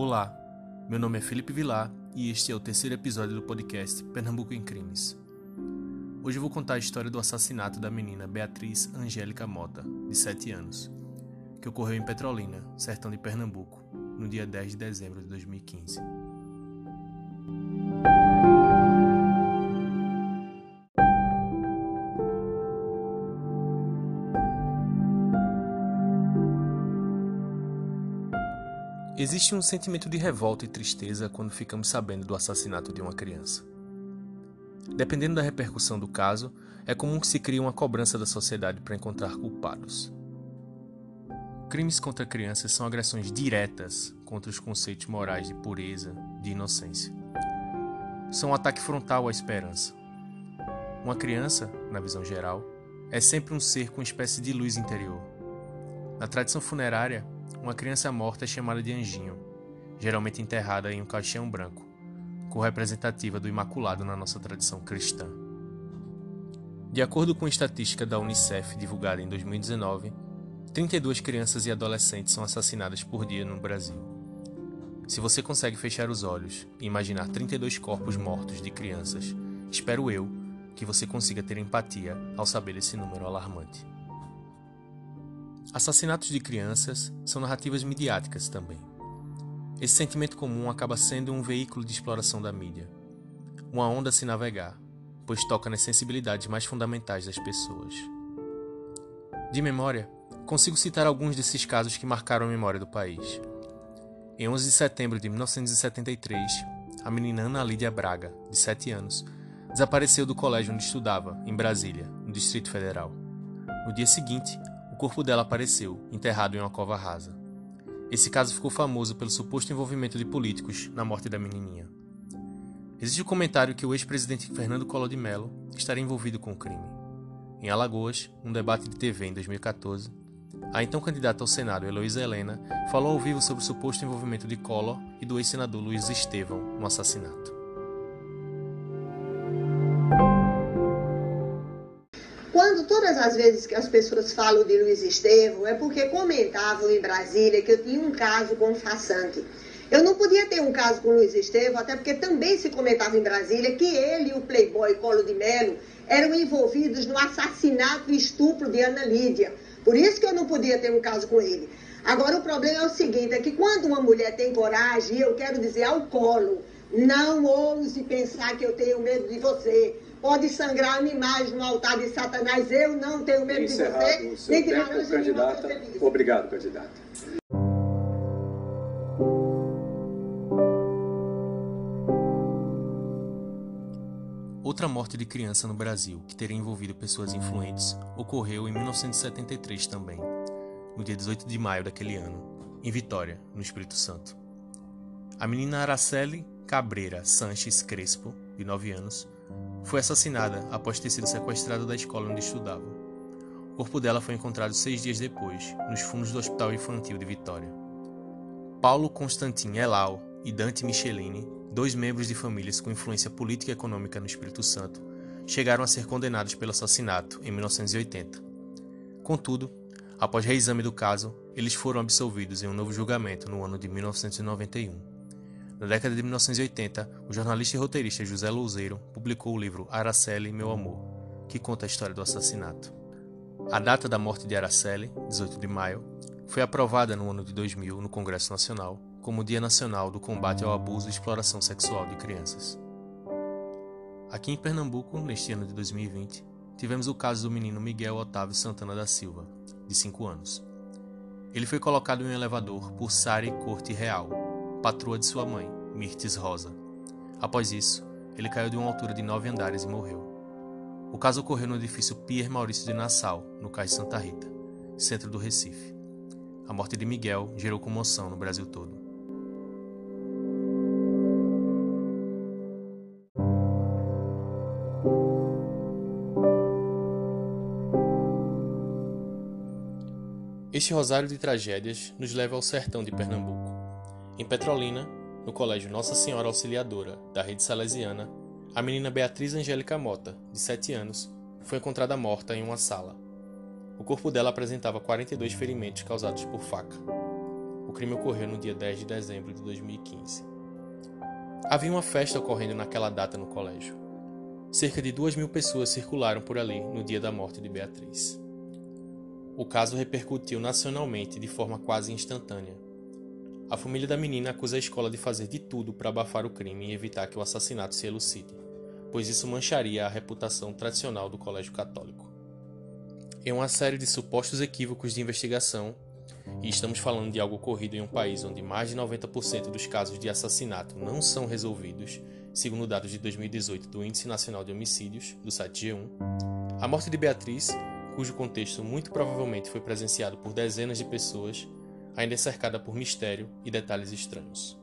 Olá, meu nome é Felipe Vilar e este é o terceiro episódio do podcast Pernambuco em Crimes. Hoje eu vou contar a história do assassinato da menina Beatriz Angélica Mota, de 7 anos, que ocorreu em Petrolina, sertão de Pernambuco, no dia 10 de dezembro de 2015. Existe um sentimento de revolta e tristeza quando ficamos sabendo do assassinato de uma criança. Dependendo da repercussão do caso, é comum que se crie uma cobrança da sociedade para encontrar culpados. Crimes contra crianças são agressões diretas contra os conceitos morais de pureza, de inocência. São um ataque frontal à esperança. Uma criança, na visão geral, é sempre um ser com uma espécie de luz interior. Na tradição funerária, uma criança morta é chamada de anjinho, geralmente enterrada em um caixão branco, cor representativa do Imaculado na nossa tradição cristã. De acordo com a estatística da Unicef divulgada em 2019, 32 crianças e adolescentes são assassinadas por dia no Brasil. Se você consegue fechar os olhos e imaginar 32 corpos mortos de crianças, espero eu que você consiga ter empatia ao saber esse número alarmante. Assassinatos de crianças são narrativas midiáticas também. Esse sentimento comum acaba sendo um veículo de exploração da mídia. Uma onda a se navegar, pois toca nas sensibilidades mais fundamentais das pessoas. De memória, consigo citar alguns desses casos que marcaram a memória do país. Em 11 de setembro de 1973, a menina Ana Lídia Braga, de 7 anos, desapareceu do colégio onde estudava, em Brasília, no Distrito Federal. No dia seguinte, o corpo dela apareceu, enterrado em uma cova rasa. Esse caso ficou famoso pelo suposto envolvimento de políticos na morte da menininha. Existe o comentário que o ex-presidente Fernando Collor de Mello estaria envolvido com o crime. Em Alagoas, num debate de TV em 2014, a então candidata ao Senado, Heloísa Helena, falou ao vivo sobre o suposto envolvimento de Collor e do ex-senador Luiz Estevão no assassinato. Quando todas as vezes que as pessoas falam de Luiz Estevão, é porque comentavam em Brasília que eu tinha um caso com o farsante. Eu não podia ter um caso com o Luiz Estevão, até porque também se comentava em Brasília que ele e o playboy Collor de Mello eram envolvidos no assassinato e estupro de Ana Lídia. Por isso que eu não podia ter um caso com ele. Agora o problema é o seguinte, é que quando uma mulher tem coragem, eu quero dizer ao Collor, não ouse pensar que eu tenho medo de você. Pode sangrar animais no altar de Satanás, eu não tenho medo de você. Nem de laranja nenhuma. Obrigado, candidata. Outra morte de criança no Brasil, que teria envolvido pessoas influentes, ocorreu em 1973 também, no dia 18 de maio daquele ano, em Vitória, no Espírito Santo. A menina Araceli Cabreira Sanches Crespo, de 9 anos, foi assassinada após ter sido sequestrada da escola onde estudava. O corpo dela foi encontrado 6 dias depois, nos fundos do Hospital Infantil de Vitória. Paulo Constantin Elal e Dante Michelini, 2 membros de famílias com influência política e econômica no Espírito Santo, chegaram a ser condenados pelo assassinato em 1980. Contudo, após reexame do caso, eles foram absolvidos em um novo julgamento no ano de 1991. Na década de 1980, o jornalista e roteirista José Louzeiro publicou o livro Araceli, Meu Amor, que conta a história do assassinato. A data da morte de Araceli, 18 de maio, foi aprovada no ano de 2000 no Congresso Nacional como Dia Nacional do Combate ao Abuso e Exploração Sexual de Crianças. Aqui em Pernambuco, neste ano de 2020, tivemos o caso do menino Miguel Otávio Santana da Silva, de 5 anos. Ele foi colocado em um elevador por Sari Corte Real, patroa de sua mãe, Mirtes Rosa. Após isso, ele caiu de uma altura de 9 andares e morreu. O caso ocorreu no edifício Pier Maurício de Nassau, no Cais Santa Rita, centro do Recife. A morte de Miguel gerou comoção no Brasil todo. Este rosário de tragédias nos leva ao sertão de Pernambuco. Em Petrolina, no colégio Nossa Senhora Auxiliadora da Rede Salesiana, a menina Beatriz Angélica Mota, de 7 anos, foi encontrada morta em uma sala. O corpo dela apresentava 42 ferimentos causados por faca. O crime ocorreu no dia 10 de dezembro de 2015. Havia uma festa ocorrendo naquela data no colégio. Cerca de 2.000 pessoas circularam por ali no dia da morte de Beatriz. O caso repercutiu nacionalmente de forma quase instantânea. A família da menina acusa a escola de fazer de tudo para abafar o crime e evitar que o assassinato se elucide, pois isso mancharia a reputação tradicional do colégio católico. Em uma série de supostos equívocos de investigação, e estamos falando de algo ocorrido em um país onde mais de 90% dos casos de assassinato não são resolvidos, segundo dados de 2018 do Índice Nacional de Homicídios, do site G1, a morte de Beatriz, cujo contexto muito provavelmente foi presenciado por dezenas de pessoas, ainda é cercada por mistério e detalhes estranhos.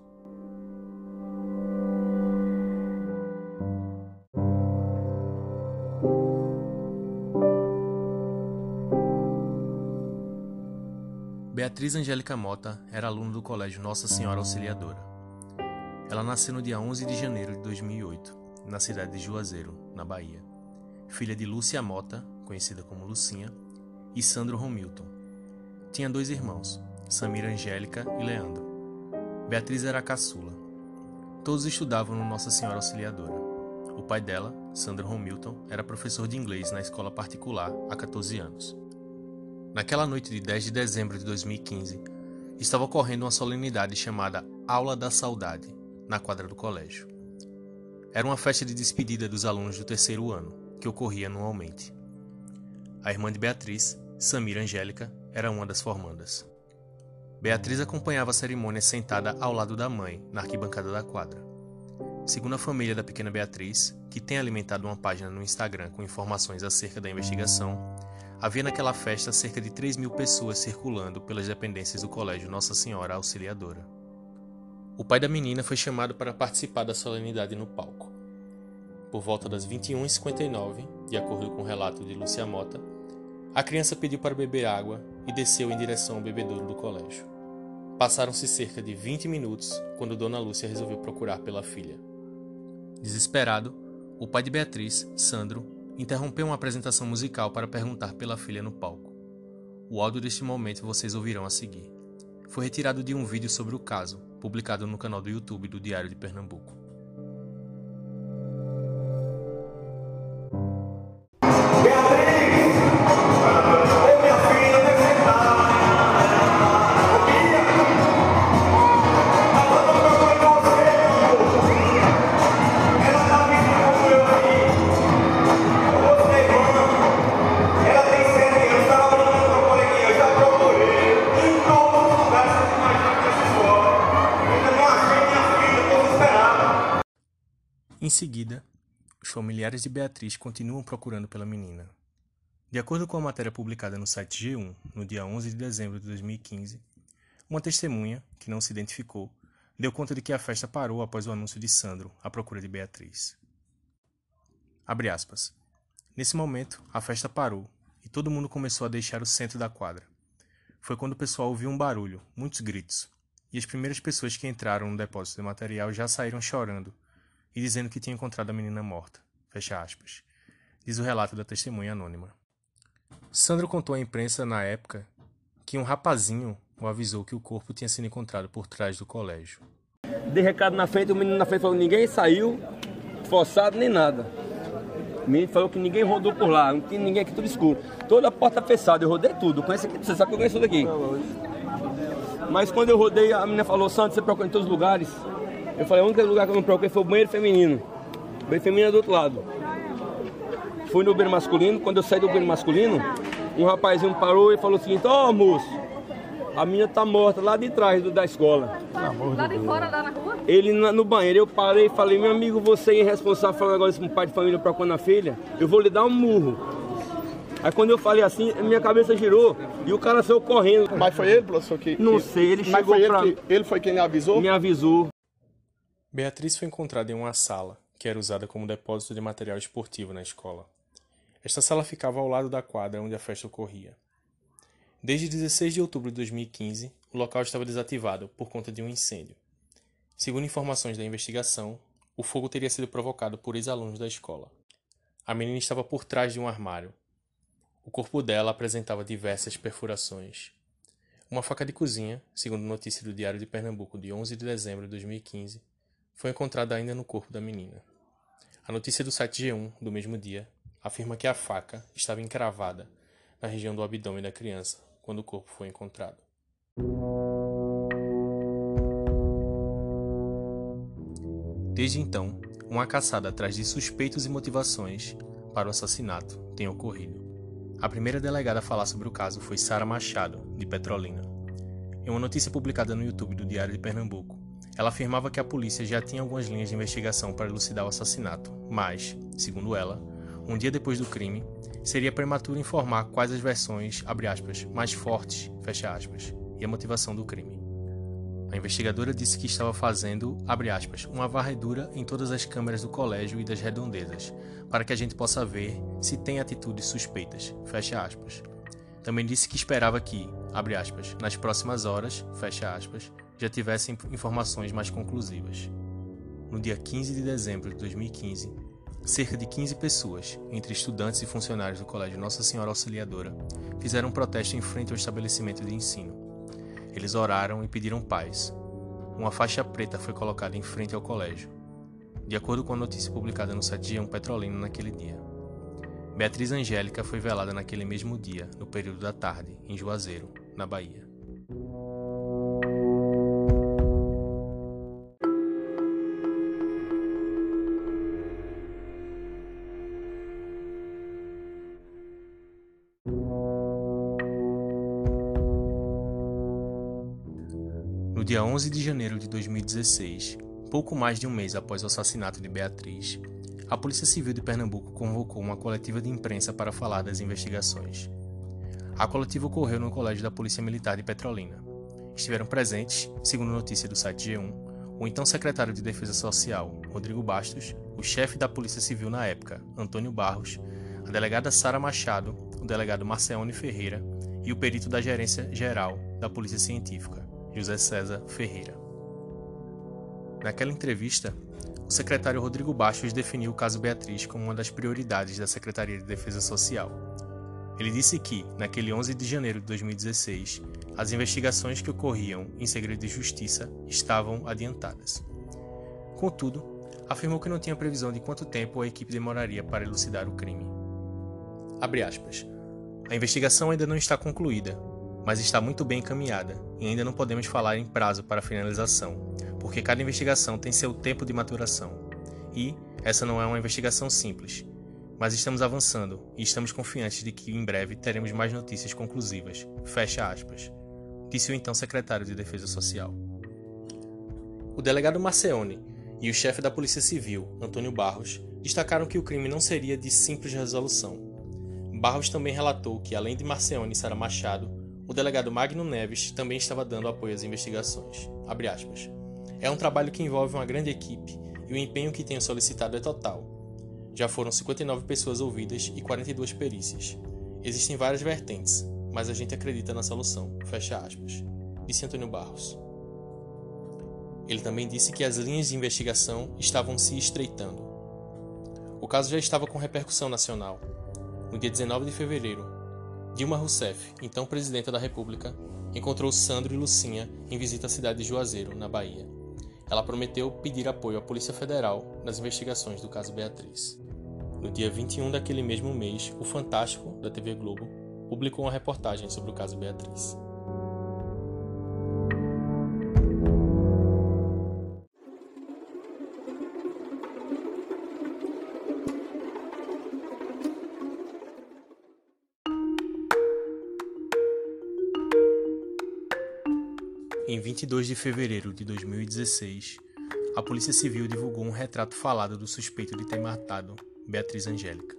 Beatriz Angélica Mota era aluna do Colégio Nossa Senhora Auxiliadora. Ela nasceu no dia 11 de janeiro de 2008, na cidade de Juazeiro, na Bahia, filha de Lúcia Mota, conhecida como Lucinha, e Sandro Romilton. Tinha 2 irmãos, Samira Angélica e Leandro. Beatriz era a caçula. Todos estudavam no Nossa Senhora Auxiliadora. O pai dela, Sandro Romilton, era professor de inglês na escola particular há 14 anos. Naquela noite de 10 de dezembro de 2015, estava ocorrendo uma solenidade chamada Aula da Saudade, na quadra do colégio. Era uma festa de despedida dos alunos do 3º ano, que ocorria anualmente. A irmã de Beatriz, Samira Angélica, era uma das formandas. Beatriz acompanhava a cerimônia sentada ao lado da mãe, na arquibancada da quadra. Segundo a família da pequena Beatriz, que tem alimentado uma página no Instagram com informações acerca da investigação, havia naquela festa cerca de 3.000 pessoas circulando pelas dependências do Colégio Nossa Senhora Auxiliadora. O pai da menina foi chamado para participar da solenidade no palco. Por volta das 21h59, de acordo com o relato de Lúcia Mota, a criança pediu para beber água e desceu em direção ao bebedouro do colégio. Passaram-se cerca de 20 minutos quando Dona Lúcia resolveu procurar pela filha. Desesperado, o pai de Beatriz, Sandro, interrompeu uma apresentação musical para perguntar pela filha no palco. O áudio deste momento vocês ouvirão a seguir. Foi retirado de um vídeo sobre o caso, publicado no canal do YouTube do Diário de Pernambuco. Em seguida, os familiares de Beatriz continuam procurando pela menina. De acordo com a matéria publicada no site G1, no dia 11 de dezembro de 2015, uma testemunha, que não se identificou, deu conta de que a festa parou após o anúncio de Sandro à procura de Beatriz. Abre aspas. Nesse momento, a festa parou e todo mundo começou a deixar o centro da quadra. Foi quando o pessoal ouviu um barulho, muitos gritos, e as primeiras pessoas que entraram no depósito de material já saíram chorando e dizendo que tinha encontrado a menina morta. Fecha aspas. Diz o relato da testemunha anônima. Sandro contou à imprensa, na época, que um rapazinho o avisou que o corpo tinha sido encontrado por trás do colégio. Dei recado na frente, o menino na frente falou que ninguém saiu, forçado nem nada. O menino falou que ninguém rodou por lá, não tinha ninguém aqui, tudo escuro. Toda a porta fechada, eu rodei tudo. Conheço aqui, você sabe que eu conheço tudo aqui. Mas quando eu rodei, a menina falou, Sandro, você procura em todos os lugares? Eu falei, o único lugar que eu não procurei foi o banheiro feminino. O banheiro feminino é do outro lado. Fui no banheiro masculino, quando eu saí do banheiro masculino, um rapazinho parou e falou o seguinte, ó moço, a menina tá morta lá de trás da escola. Lá de fora, lá na rua? Ele no banheiro, eu parei e falei, meu amigo, você é irresponsável falando agora isso com um pai de família procurando a filha, eu vou lhe dar um murro. Aí quando eu falei assim, minha cabeça girou e o cara saiu correndo. Mas foi ele, professor, que... Não sei, ele chegou pra... Ele foi quem avisou? Me avisou. Beatriz foi encontrada em uma sala, que era usada como depósito de material esportivo na escola. Esta sala ficava ao lado da quadra onde a festa ocorria. Desde 16 de outubro de 2015, o local estava desativado por conta de um incêndio. Segundo informações da investigação, o fogo teria sido provocado por ex-alunos da escola. A menina estava por trás de um armário. O corpo dela apresentava diversas perfurações. Uma faca de cozinha, segundo notícia do Diário de Pernambuco de 11 de dezembro de 2015, foi encontrada ainda no corpo da menina. A notícia do site G1, do mesmo dia, afirma que a faca estava encravada na região do abdômen da criança quando o corpo foi encontrado. Desde então, uma caçada atrás de suspeitos e motivações para o assassinato tem ocorrido. A primeira delegada a falar sobre o caso foi Sara Machado, de Petrolina. Em uma notícia publicada no YouTube do Diário de Pernambuco, ela afirmava que a polícia já tinha algumas linhas de investigação para elucidar o assassinato, mas, segundo ela, um dia depois do crime, seria prematuro informar quais as versões, abre aspas, mais fortes, fecha aspas, e a motivação do crime. A investigadora disse que estava fazendo, abre aspas, uma varredura em todas as câmeras do colégio e das redondezas, para que a gente possa ver se tem atitudes suspeitas, fecha aspas. Também disse que esperava que, abre aspas, nas próximas horas, fecha aspas, já tivessem informações mais conclusivas. No dia 15 de dezembro de 2015, cerca de 15 pessoas, entre estudantes e funcionários do Colégio Nossa Senhora Auxiliadora, fizeram um protesto em frente ao estabelecimento de ensino. Eles oraram e pediram paz. Uma faixa preta foi colocada em frente ao colégio, de acordo com a notícia publicada no site G1 Petrolina naquele dia. Beatriz Angélica foi velada naquele mesmo dia, no período da tarde, em Juazeiro, na Bahia. No dia 11 de janeiro de 2016, pouco mais de um mês após o assassinato de Beatriz, a Polícia Civil de Pernambuco convocou uma coletiva de imprensa para falar das investigações. A coletiva ocorreu no Colégio da Polícia Militar de Petrolina. Estiveram presentes, segundo notícia do site G1, o então secretário de Defesa Social, Rodrigo Bastos, o chefe da Polícia Civil na época, Antônio Barros, a delegada Sara Machado, o delegado Marceone Ferreira e o perito da Gerência Geral da Polícia Científica, José César Ferreira. Naquela entrevista, o secretário Rodrigo Bastos definiu o caso Beatriz como uma das prioridades da Secretaria de Defesa Social. Ele disse que, naquele 11 de janeiro de 2016, as investigações que ocorriam em segredo de justiça estavam adiantadas. Contudo, afirmou que não tinha previsão de quanto tempo a equipe demoraria para elucidar o crime. Abre aspas. A investigação ainda não está concluída, mas está muito bem encaminhada e ainda não podemos falar em prazo para finalização, porque cada investigação tem seu tempo de maturação. E essa não é uma investigação simples, mas estamos avançando e estamos confiantes de que em breve teremos mais notícias conclusivas, fecha aspas, disse o então secretário de Defesa Social. O delegado Marceone e o chefe da Polícia Civil, Antônio Barros, destacaram que o crime não seria de simples resolução. Barros também relatou que, além de Marceone e Sara Machado, o delegado Magno Neves também estava dando apoio às investigações. Abre aspas. É um trabalho que envolve uma grande equipe e o empenho que tenho solicitado é total. Já foram 59 pessoas ouvidas e 42 perícias. Existem várias vertentes, mas a gente acredita na solução, fecha aspas, disse Antônio Barros. Ele também disse que as linhas de investigação estavam se estreitando. O caso já estava com repercussão nacional. No dia 19 de fevereiro, Dilma Rousseff, então presidenta da República, encontrou Sandro e Lucinha em visita à cidade de Juazeiro, na Bahia. Ela prometeu pedir apoio à Polícia Federal nas investigações do caso Beatriz. No dia 21 daquele mesmo mês, o Fantástico, da TV Globo, publicou uma reportagem sobre o caso Beatriz. Em 22 de fevereiro de 2016, a Polícia Civil divulgou um retrato falado do suspeito de ter matado Beatriz Angélica.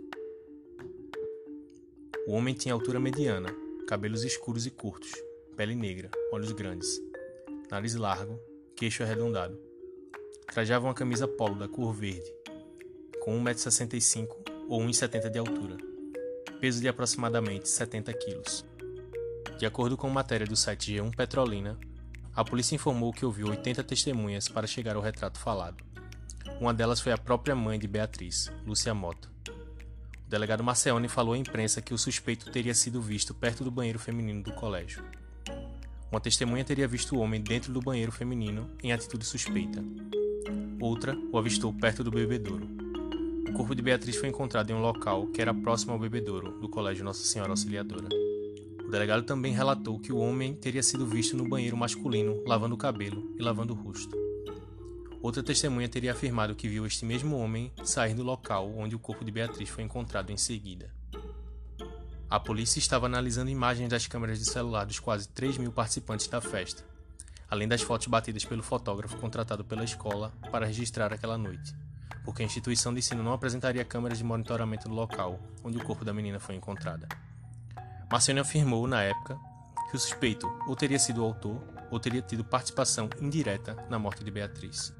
O homem tinha altura mediana, cabelos escuros e curtos, pele negra, olhos grandes, nariz largo, queixo arredondado. Trajava uma camisa polo da cor verde, com 1,65 m ou 1,70 m de altura, peso de aproximadamente 70 kg. De acordo com matéria do site G1 Petrolina, a polícia informou que ouviu 80 testemunhas para chegar ao retrato falado. Uma delas foi a própria mãe de Beatriz, Lúcia Mota. O delegado Marceone falou à imprensa que o suspeito teria sido visto perto do banheiro feminino do colégio. Uma testemunha teria visto o homem dentro do banheiro feminino em atitude suspeita. Outra o avistou perto do bebedouro. O corpo de Beatriz foi encontrado em um local que era próximo ao bebedouro do Colégio Nossa Senhora Auxiliadora. O delegado também relatou que o homem teria sido visto no banheiro masculino lavando o cabelo e lavando o rosto. Outra testemunha teria afirmado que viu este mesmo homem sair do local onde o corpo de Beatriz foi encontrado em seguida. A polícia estava analisando imagens das câmeras de celular dos quase 3.000 participantes da festa, além das fotos batidas pelo fotógrafo contratado pela escola para registrar aquela noite, porque a instituição de ensino não apresentaria câmeras de monitoramento do local onde o corpo da menina foi encontrada. Marcione afirmou, na época, que o suspeito ou teria sido o autor ou teria tido participação indireta na morte de Beatriz.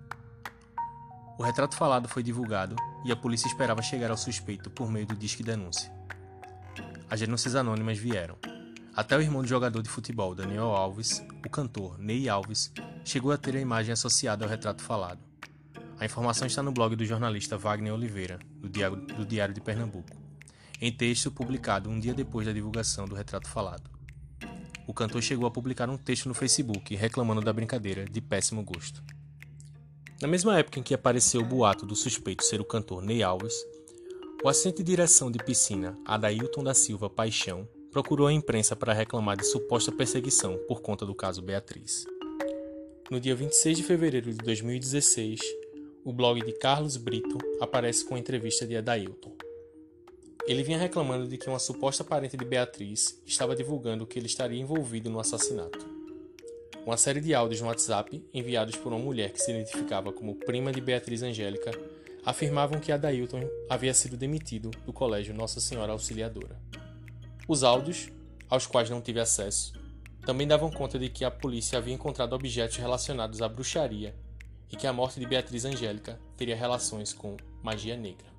O retrato falado foi divulgado e a polícia esperava chegar ao suspeito por meio do disque denúncia. As denúncias anônimas vieram. Até o irmão do jogador de futebol, Daniel Alves, o cantor Ney Alves, chegou a ter a imagem associada ao retrato falado. A informação está no blog do jornalista Wagner Oliveira, do Diário de Pernambuco, em texto publicado um dia depois da divulgação do retrato falado. O cantor chegou a publicar um texto no Facebook reclamando da brincadeira de péssimo gosto. Na mesma época em que apareceu o boato do suspeito ser o cantor Ney Alves, o assistente de direção de piscina, Adailton da Silva Paixão, procurou a imprensa para reclamar de suposta perseguição por conta do caso Beatriz. No dia 26 de fevereiro de 2016, o blog de Carlos Brito aparece com a entrevista de Adailton. Ele vinha reclamando de que uma suposta parente de Beatriz estava divulgando que ele estaria envolvido no assassinato. Uma série de áudios no WhatsApp, enviados por uma mulher que se identificava como prima de Beatriz Angélica, afirmavam que Adailton havia sido demitido do Colégio Nossa Senhora Auxiliadora. Os áudios, aos quais não tive acesso, também davam conta de que a polícia havia encontrado objetos relacionados à bruxaria e que a morte de Beatriz Angélica teria relações com magia negra.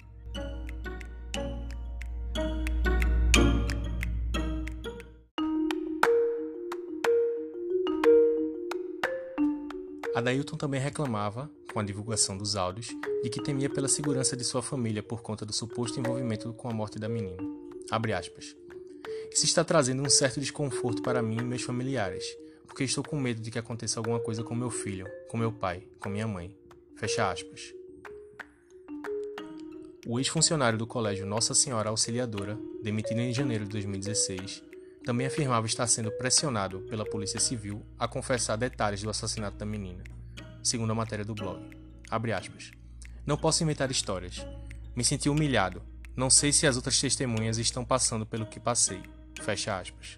Adailton também reclamava, com a divulgação dos áudios, de que temia pela segurança de sua família por conta do suposto envolvimento com a morte da menina. Abre aspas. Isso está trazendo um certo desconforto para mim e meus familiares, porque estou com medo de que aconteça alguma coisa com meu filho, com meu pai, com minha mãe. Fecha aspas. O ex-funcionário do Colégio Nossa Senhora Auxiliadora, demitido em janeiro de 2016, também afirmava estar sendo pressionado pela Polícia Civil a confessar detalhes do assassinato da menina, segundo a matéria do blog. Abre aspas. Não posso inventar histórias. Me senti humilhado. Não sei se as outras testemunhas estão passando pelo que passei. Fecha aspas.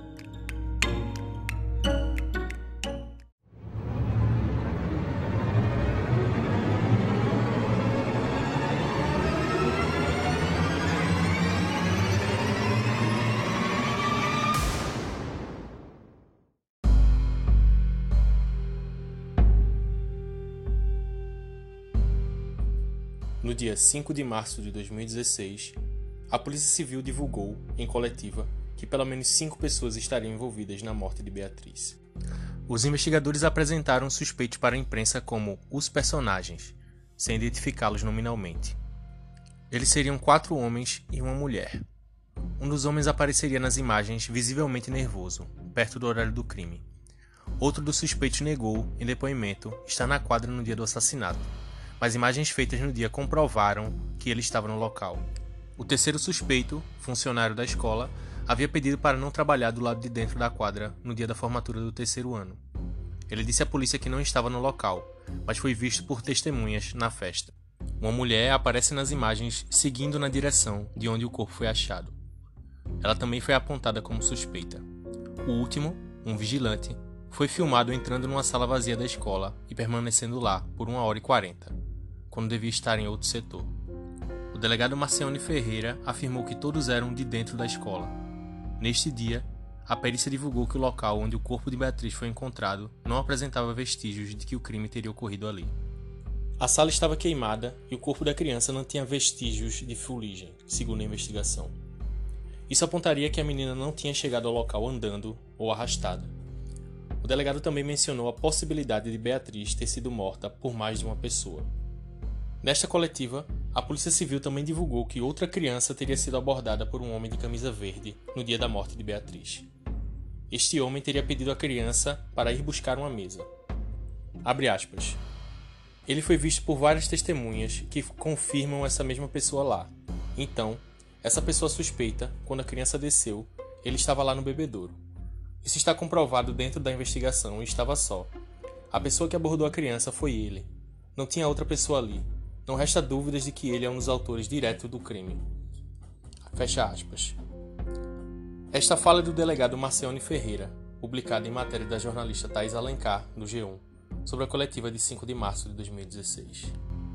No dia 5 de março de 2016, a Polícia Civil divulgou, em coletiva, que pelo menos 5 pessoas estariam envolvidas na morte de Beatriz. Os investigadores apresentaram os suspeitos para a imprensa como os personagens, sem identificá-los nominalmente. Eles seriam 4 homens e uma mulher. Um dos homens apareceria nas imagens visivelmente nervoso, perto do horário do crime. Outro dos suspeitos negou, em depoimento, estar na quadra no dia do assassinato, mas imagens feitas no dia comprovaram que ele estava no local. O terceiro suspeito, funcionário da escola, havia pedido para não trabalhar do lado de dentro da quadra no dia da formatura do terceiro ano. Ele disse à polícia que não estava no local, mas foi visto por testemunhas na festa. Uma mulher aparece nas imagens seguindo na direção de onde o corpo foi achado. Ela também foi apontada como suspeita. O último, um vigilante, foi filmado entrando numa sala vazia da escola e permanecendo lá por 1h40, quando devia estar em outro setor. O delegado Marcione Ferreira afirmou que todos eram de dentro da escola. Neste dia, a perícia divulgou que o local onde o corpo de Beatriz foi encontrado não apresentava vestígios de que o crime teria ocorrido ali. A sala estava queimada e o corpo da criança não tinha vestígios de fuligem, segundo a investigação. Isso apontaria que a menina não tinha chegado ao local andando ou arrastada. O delegado também mencionou a possibilidade de Beatriz ter sido morta por mais de uma pessoa. Nesta coletiva, a Polícia Civil também divulgou que outra criança teria sido abordada por um homem de camisa verde no dia da morte de Beatriz. este homem teria pedido à criança para ir buscar uma mesa. Abre aspas. Ele foi visto por várias testemunhas que confirmam essa mesma pessoa lá. Então, essa pessoa suspeita, quando a criança desceu, ele estava lá no bebedouro. Isso está comprovado dentro da investigação e estava só. A pessoa que abordou a criança foi ele. Não tinha outra pessoa ali. Não resta dúvidas de que ele é um dos autores diretos do crime. Fecha aspas. Esta fala é do delegado Marcione Ferreira, publicada em matéria da jornalista Thaís Alencar, do G1, sobre a coletiva de 5 de março de 2016.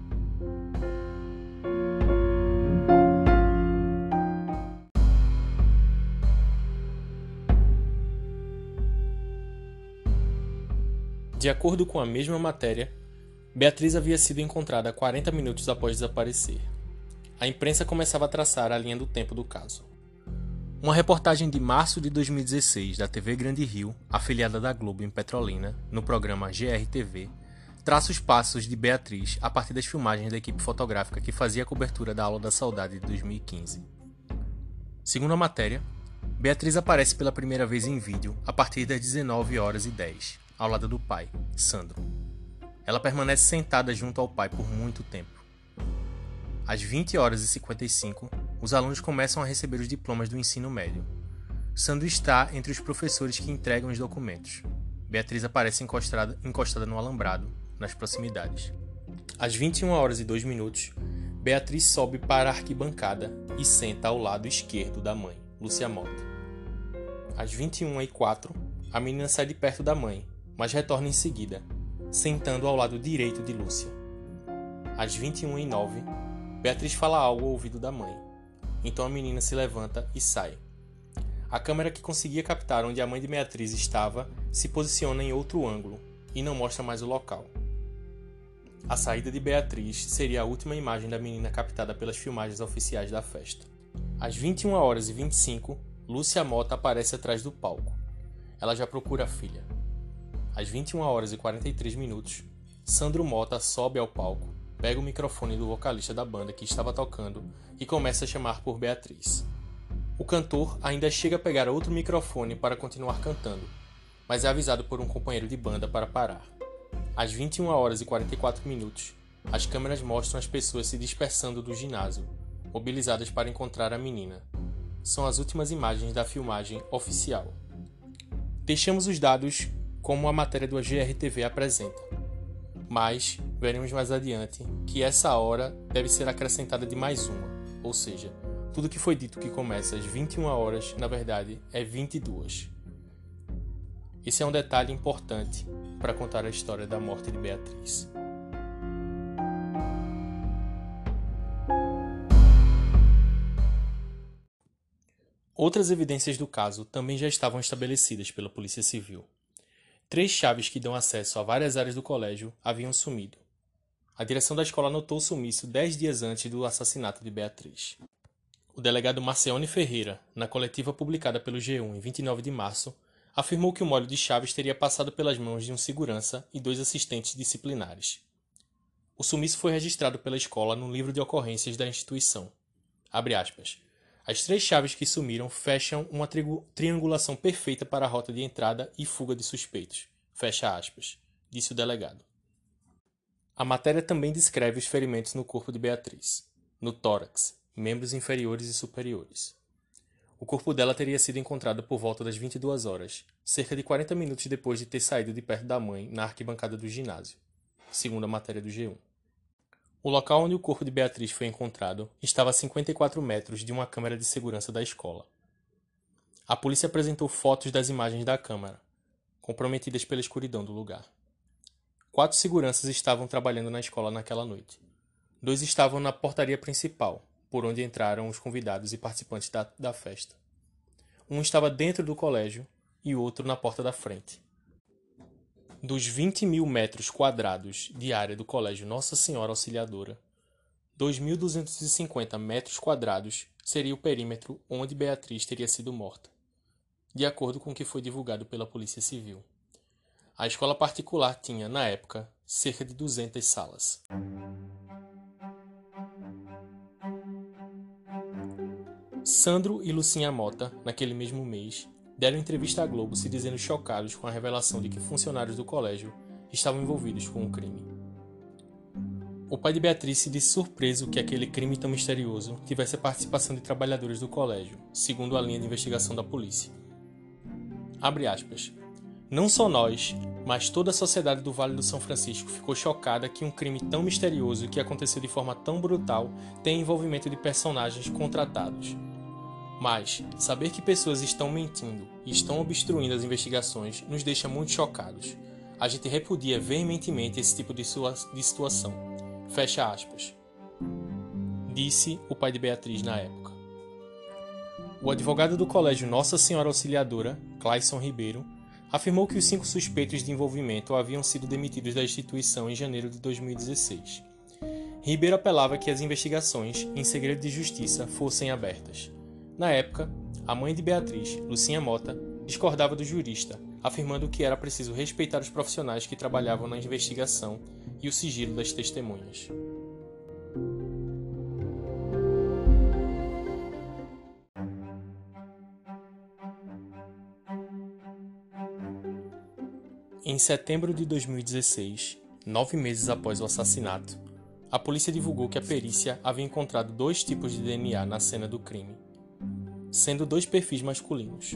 De acordo com a mesma matéria, Beatriz havia sido encontrada 40 minutos após desaparecer. A imprensa começava a traçar a linha do tempo do caso. Uma reportagem de março de 2016 da TV Grande Rio, afiliada da Globo em Petrolina, no programa GRTV, traça os passos de Beatriz a partir das filmagens da equipe fotográfica que fazia a cobertura da Aula da Saudade de 2015. Segundo a matéria, Beatriz aparece pela primeira vez em vídeo a partir das 19h10, ao lado do pai, Sandro. Ela permanece sentada junto ao pai por muito tempo. Às 20h55, os alunos começam a receber os diplomas do ensino médio. Sandro está entre os professores que entregam os documentos. Beatriz aparece encostada no alambrado, nas proximidades. Às 21h02, Beatriz sobe para a arquibancada e senta ao lado esquerdo da mãe, Lúcia Mota. Às 21h04, a menina sai de perto da mãe, mas retorna em seguida, sentando ao lado direito de Lúcia. Às 21h09, Beatriz fala algo ao ouvido da mãe. Então a menina se levanta e sai. A câmera que conseguia captar onde a mãe de Beatriz estava se posiciona em outro ângulo e não mostra mais o local. A saída de Beatriz seria a última imagem da menina captada pelas filmagens oficiais da festa. Às 21h25, Lúcia Mota aparece atrás do palco. Ela já procura a filha. Às 21h43, Sandro Mota sobe ao palco, pega o microfone do vocalista da banda que estava tocando e começa a chamar por Beatriz. O cantor ainda chega a pegar outro microfone para continuar cantando, mas é avisado por um companheiro de banda para parar. Às 21h44, as câmeras mostram as pessoas se dispersando do ginásio, mobilizadas para encontrar a menina. São as últimas imagens da filmagem oficial. Deixamos os dados como a matéria do GRTV apresenta, mas veremos mais adiante que essa hora deve ser acrescentada de mais uma, ou seja, tudo que foi dito que começa às 21h, na verdade, é 22. Esse é um detalhe importante para contar a história da morte de Beatriz. Outras evidências do caso também já estavam estabelecidas pela Polícia Civil. 3 chaves que dão acesso a várias áreas do colégio haviam sumido. A direção da escola notou o sumiço 10 dias antes do assassinato de Beatriz. O delegado Marcione Ferreira, na coletiva publicada pelo G1 em 29 de março, afirmou que o molho de chaves teria passado pelas mãos de um segurança e 2 assistentes disciplinares. O sumiço foi registrado pela escola no livro de ocorrências da instituição. Abre aspas. As 3 chaves que sumiram fecham uma triangulação perfeita para a rota de entrada e fuga de suspeitos. Fecha aspas, disse o delegado. A matéria também descreve os ferimentos no corpo de Beatriz, no tórax, membros inferiores e superiores. O corpo dela teria sido encontrado por volta das 22h, cerca de 40 minutos depois de ter saído de perto da mãe na arquibancada do ginásio, segundo a matéria do G1. O local onde o corpo de Beatriz foi encontrado estava a 54 metros de uma câmera de segurança da escola. A polícia apresentou fotos das imagens da câmera, comprometidas pela escuridão do lugar. 4 seguranças estavam trabalhando na escola naquela noite. 2 estavam na portaria principal, por onde entraram os convidados e participantes da festa. Um estava dentro do colégio e o outro na porta da frente. Dos 20.000 metros quadrados de área do Colégio Nossa Senhora Auxiliadora, 2.250 metros quadrados seria o perímetro onde Beatriz teria sido morta, de acordo com o que foi divulgado pela Polícia Civil. A escola particular tinha, na época, cerca de 200 salas. Sandro e Lucinha Mota, naquele mesmo mês, deram entrevista à Globo se dizendo chocados com a revelação de que funcionários do colégio estavam envolvidos com o crime. O pai de Beatriz se disse surpreso que aquele crime tão misterioso tivesse a participação de trabalhadores do colégio, segundo a linha de investigação da polícia. Abre aspas. Não só nós, mas toda a sociedade do Vale do São Francisco ficou chocada que um crime tão misterioso e que aconteceu de forma tão brutal tenha envolvimento de personagens contratados. Mas, saber que pessoas estão mentindo e estão obstruindo as investigações nos deixa muito chocados. A gente repudia veementemente esse tipo de situação. Fecha aspas. Disse o pai de Beatriz na época. O advogado do colégio Nossa Senhora Auxiliadora, Clayson Ribeiro, afirmou que os 5 suspeitos de envolvimento haviam sido demitidos da instituição em janeiro de 2016. Ribeiro apelava que as investigações, em segredo de justiça, fossem abertas. Na época, a mãe de Beatriz, Lucinha Mota, discordava do jurista, afirmando que era preciso respeitar os profissionais que trabalhavam na investigação e o sigilo das testemunhas. Em setembro de 2016, 9 meses após o assassinato, a polícia divulgou que a perícia havia encontrado 2 tipos de DNA na cena do crime, sendo 2 perfis masculinos.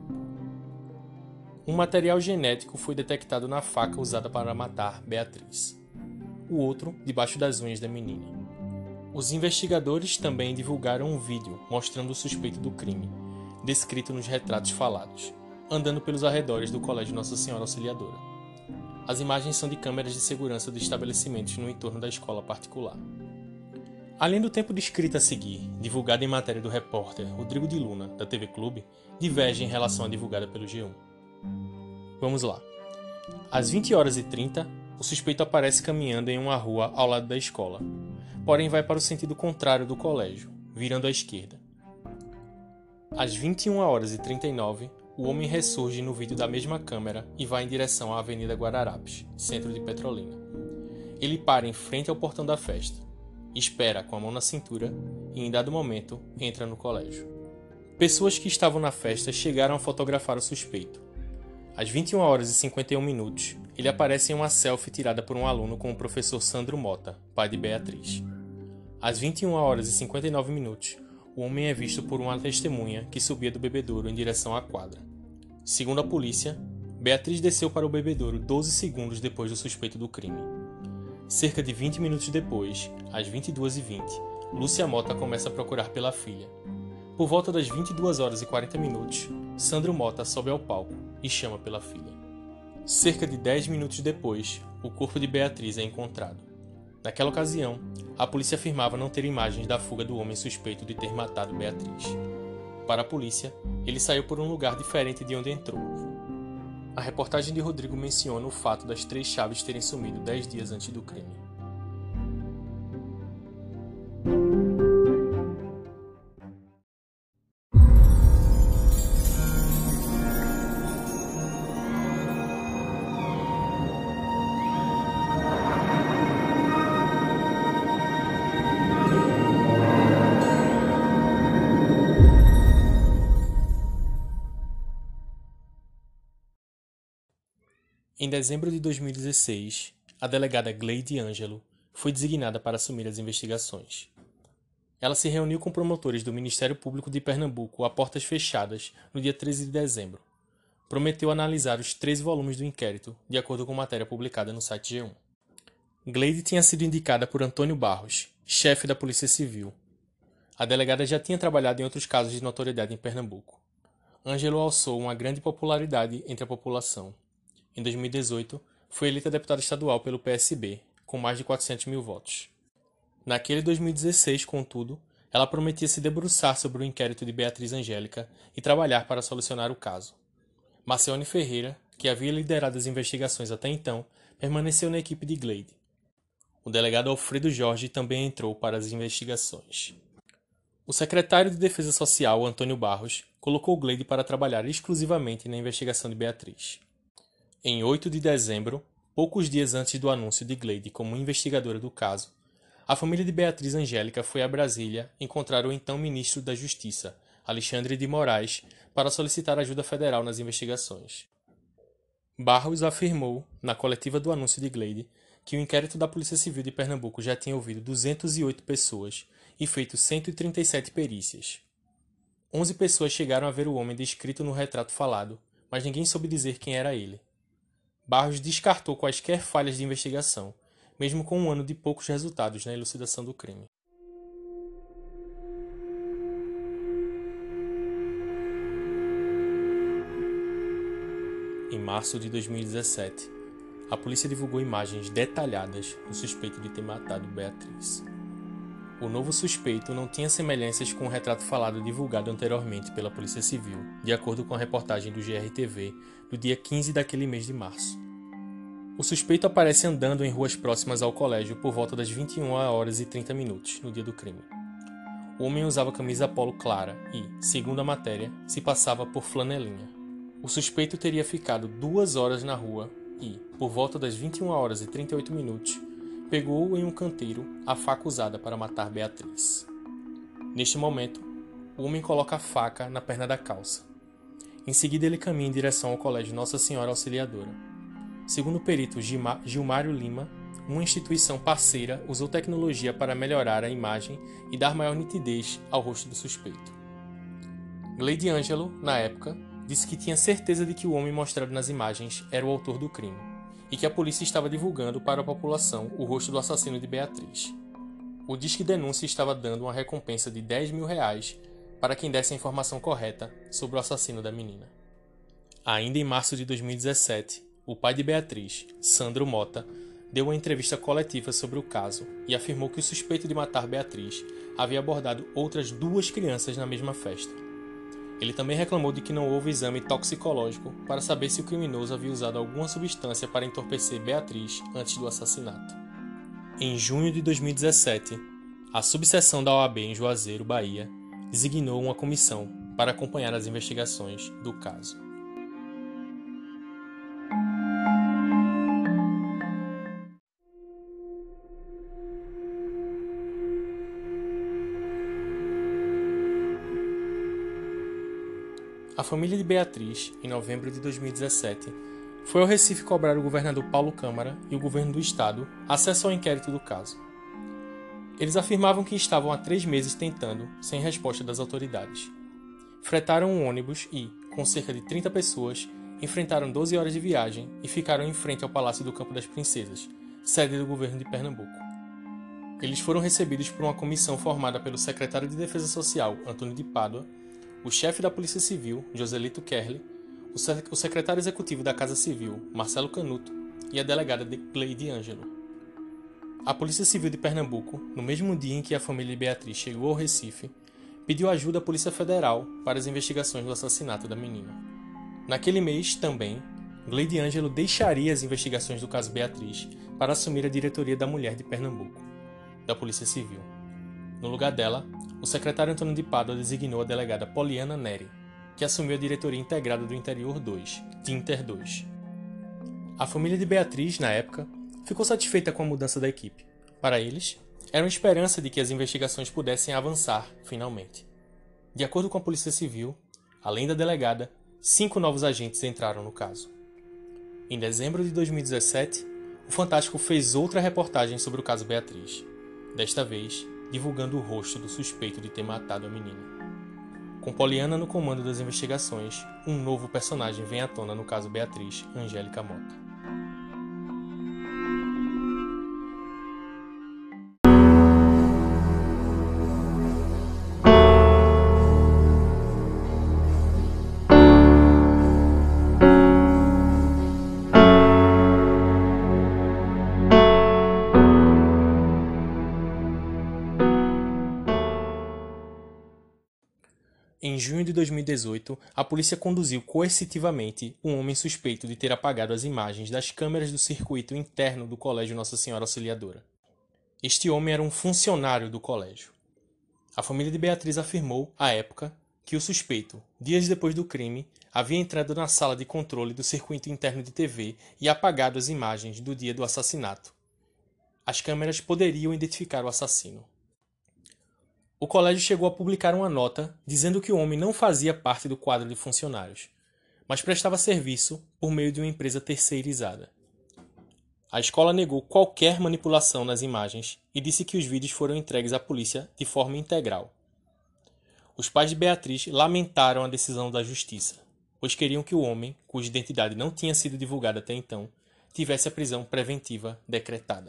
Um material genético foi detectado na faca usada para matar Beatriz, o outro debaixo das unhas da menina. Os investigadores também divulgaram um vídeo mostrando o suspeito do crime, descrito nos retratos falados, andando pelos arredores do Colégio Nossa Senhora Auxiliadora. As imagens são de câmeras de segurança dos estabelecimentos no entorno da escola particular. Além do tempo de escrita a seguir, divulgada em matéria do repórter Rodrigo de Luna, da TV Clube, diverge em relação à divulgada pelo G1. Vamos lá. Às 20h30, o suspeito aparece caminhando em uma rua ao lado da escola, porém vai para o sentido contrário do colégio, virando à esquerda. Às 21h39, o homem ressurge no vídeo da mesma câmera e vai em direção à Avenida Guararapes, centro de Petrolina. Ele para em frente ao portão da festa, espera com a mão na cintura e, em dado momento, entra no colégio. Pessoas que estavam na festa chegaram a fotografar o suspeito. Às 21h51, ele aparece em uma selfie tirada por um aluno com o professor Sandro Mota, pai de Beatriz. Às 21h59, o homem é visto por uma testemunha que subia do bebedouro em direção à quadra. Segundo a polícia, Beatriz desceu para o bebedouro 12 segundos depois do suspeito do crime. Cerca de 20 minutos depois, às 22h20, Lúcia Mota começa a procurar pela filha. Por volta das 22h40, Sandro Mota sobe ao palco e chama pela filha. Cerca de 10 minutos depois, o corpo de Beatriz é encontrado. Naquela ocasião, a polícia afirmava não ter imagens da fuga do homem suspeito de ter matado Beatriz. Para a polícia, ele saiu por um lugar diferente de onde entrou. A reportagem de Rodrigo menciona o fato das 3 chaves terem sumido 10 dias antes do crime. Em dezembro de 2016, a delegada Gleide Ângelo foi designada para assumir as investigações. Ela se reuniu com promotores do Ministério Público de Pernambuco a portas fechadas no dia 13 de dezembro. Prometeu analisar os 13 volumes do inquérito, de acordo com matéria publicada no site G1. Gleide tinha sido indicada por Antônio Barros, chefe da Polícia Civil. A delegada já tinha trabalhado em outros casos de notoriedade em Pernambuco. Ângelo alçou uma grande popularidade entre a população. Em 2018, foi eleita deputada estadual pelo PSB, com mais de 400 mil votos. Naquele 2016, contudo, ela prometia se debruçar sobre o inquérito de Beatriz Angélica e trabalhar para solucionar o caso. Marcione Ferreira, que havia liderado as investigações até então, permaneceu na equipe de Gleide. O delegado Alfredo Jorge também entrou para as investigações. O secretário de Defesa Social, Antônio Barros, colocou Gleide para trabalhar exclusivamente na investigação de Beatriz. Em 8 de dezembro, poucos dias antes do anúncio de Gleide como investigadora do caso, a família de Beatriz Angélica foi a Brasília encontrar o então ministro da Justiça, Alexandre de Moraes, para solicitar ajuda federal nas investigações. Barros afirmou, na coletiva do anúncio de Gleide, que o inquérito da Polícia Civil de Pernambuco já tinha ouvido 208 pessoas e feito 137 perícias. 11 pessoas chegaram a ver o homem descrito no retrato falado, mas ninguém soube dizer quem era ele. Barros descartou quaisquer falhas de investigação, mesmo com um ano de poucos resultados na elucidação do crime. Em março de 2017, a polícia divulgou imagens detalhadas do suspeito de ter matado Beatriz. O novo suspeito não tinha semelhanças com o retrato falado divulgado anteriormente pela Polícia Civil, de acordo com a reportagem do GRTV do dia 15 daquele mês de março. O suspeito aparece andando em ruas próximas ao colégio por volta das 21h30 no dia do crime. O homem usava camisa polo clara e, segundo a matéria, se passava por flanelinha. O suspeito teria ficado 2 horas na rua e, por volta das 21h38, pegou em um canteiro a faca usada para matar Beatriz. Neste momento, o homem coloca a faca na perna da calça. Em seguida, ele caminha em direção ao colégio Nossa Senhora Auxiliadora. Segundo o perito Gilmário Lima, uma instituição parceira usou tecnologia para melhorar a imagem e dar maior nitidez ao rosto do suspeito. Gleide Ângelo, na época, disse que tinha certeza de que o homem mostrado nas imagens era o autor do crime e que a polícia estava divulgando para a população o rosto do assassino de Beatriz. O Disque Denúncia estava dando uma recompensa de R$10 mil para quem desse a informação correta sobre o assassino da menina. Ainda em março de 2017, o pai de Beatriz, Sandro Mota, deu uma entrevista coletiva sobre o caso e afirmou que o suspeito de matar Beatriz havia abordado outras 2 crianças na mesma festa. Ele também reclamou de que não houve exame toxicológico para saber se o criminoso havia usado alguma substância para entorpecer Beatriz antes do assassinato. Em junho de 2017, a subseção da OAB em Juazeiro, Bahia, designou uma comissão para acompanhar as investigações do caso. A família de Beatriz, em novembro de 2017, foi ao Recife cobrar o governador Paulo Câmara e o governo do estado acesso ao inquérito do caso. Eles afirmavam que estavam há 3 meses tentando, sem resposta das autoridades. Fretaram um ônibus e, com cerca de 30 pessoas, enfrentaram 12 horas de viagem e ficaram em frente ao Palácio do Campo das Princesas, sede do governo de Pernambuco. Eles foram recebidos por uma comissão formada pelo secretário de Defesa Social, Antônio de Pádua, o chefe da Polícia Civil, Joselito Kerli, o secretário executivo da Casa Civil, Marcelo Canuto, e a delegada Gleide Ângelo. A Polícia Civil de Pernambuco, no mesmo dia em que a família de Beatriz chegou ao Recife, pediu ajuda à Polícia Federal para as investigações do assassinato da menina. Naquele mês, também, Gleide Ângelo deixaria as investigações do caso Beatriz para assumir a diretoria da Mulher de Pernambuco, da Polícia Civil. No lugar dela, o secretário Antônio de Pádua designou a delegada Poliana Neri, que assumiu a diretoria integrada do Interior 2, de Inter 2. A família de Beatriz, na época, ficou satisfeita com a mudança da equipe. Para eles, era uma esperança de que as investigações pudessem avançar, finalmente. De acordo com a Polícia Civil, além da delegada, 5 novos agentes entraram no caso. Em dezembro de 2017, o Fantástico fez outra reportagem sobre o caso Beatriz, desta vez divulgando o rosto do suspeito de ter matado a menina. Com Poliana no comando das investigações, um novo personagem vem à tona no caso Beatriz, Angélica Mota. Em junho de 2018, a polícia conduziu coercitivamente um homem suspeito de ter apagado as imagens das câmeras do circuito interno do Colégio Nossa Senhora Auxiliadora. Este homem era um funcionário do colégio. A família de Beatriz afirmou, à época, que o suspeito, dias depois do crime, havia entrado na sala de controle do circuito interno de TV e apagado as imagens do dia do assassinato. As câmeras poderiam identificar o assassino. O colégio chegou a publicar uma nota dizendo que o homem não fazia parte do quadro de funcionários, mas prestava serviço por meio de uma empresa terceirizada. A escola negou qualquer manipulação nas imagens e disse que os vídeos foram entregues à polícia de forma integral. Os pais de Beatriz lamentaram a decisão da justiça, pois queriam que o homem, cuja identidade não tinha sido divulgada até então, tivesse a prisão preventiva decretada.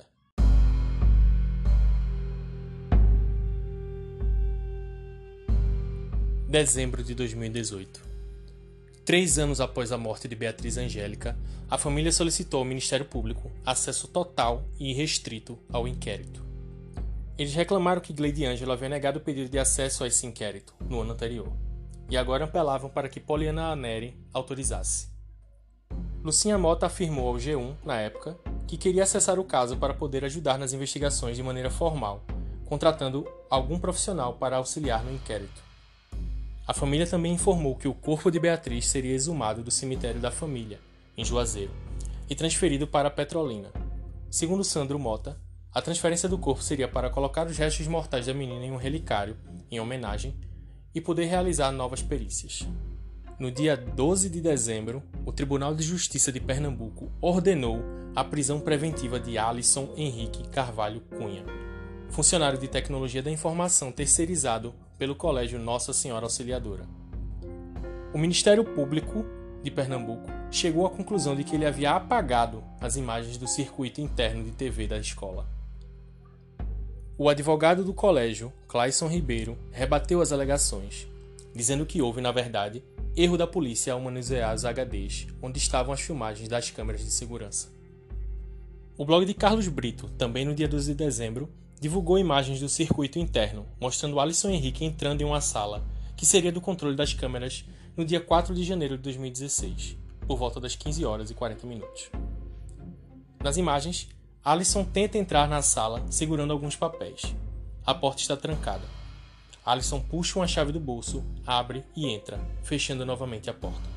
Dezembro de 2018. 3 anos após a morte de Beatriz Angélica, a família solicitou ao Ministério Público acesso total e irrestrito ao inquérito. Eles reclamaram que Gleide Ângelo havia negado o pedido de acesso a esse inquérito no ano anterior, e agora apelavam para que Poliana Neri autorizasse. Lucinha Mota afirmou ao G1, na época, que queria acessar o caso para poder ajudar nas investigações de maneira formal, contratando algum profissional para auxiliar no inquérito. A família também informou que o corpo de Beatriz seria exumado do cemitério da família, em Juazeiro, e transferido para Petrolina. Segundo Sandro Mota, a transferência do corpo seria para colocar os restos mortais da menina em um relicário, em homenagem, e poder realizar novas perícias. No dia 12 de dezembro, o Tribunal de Justiça de Pernambuco ordenou a prisão preventiva de Alisson Henrique Carvalho Cunha, funcionário de tecnologia da informação terceirizado pelo Colégio Nossa Senhora Auxiliadora. O Ministério Público de Pernambuco chegou à conclusão de que ele havia apagado as imagens do circuito interno de TV da escola. O advogado do colégio, Clayson Ribeiro, rebateu as alegações, dizendo que houve, na verdade, erro da polícia ao manusear os HDs, onde estavam as filmagens das câmeras de segurança. O blog de Carlos Brito, também no dia 12 de dezembro, divulgou imagens do circuito interno, mostrando Alisson Henrique entrando em uma sala, que seria do controle das câmeras, no dia 4 de janeiro de 2016, por volta das 15 horas e 40 minutos. Nas imagens, Alisson tenta entrar na sala segurando alguns papéis. A porta está trancada. Alisson puxa uma chave do bolso, abre e entra, fechando novamente a porta.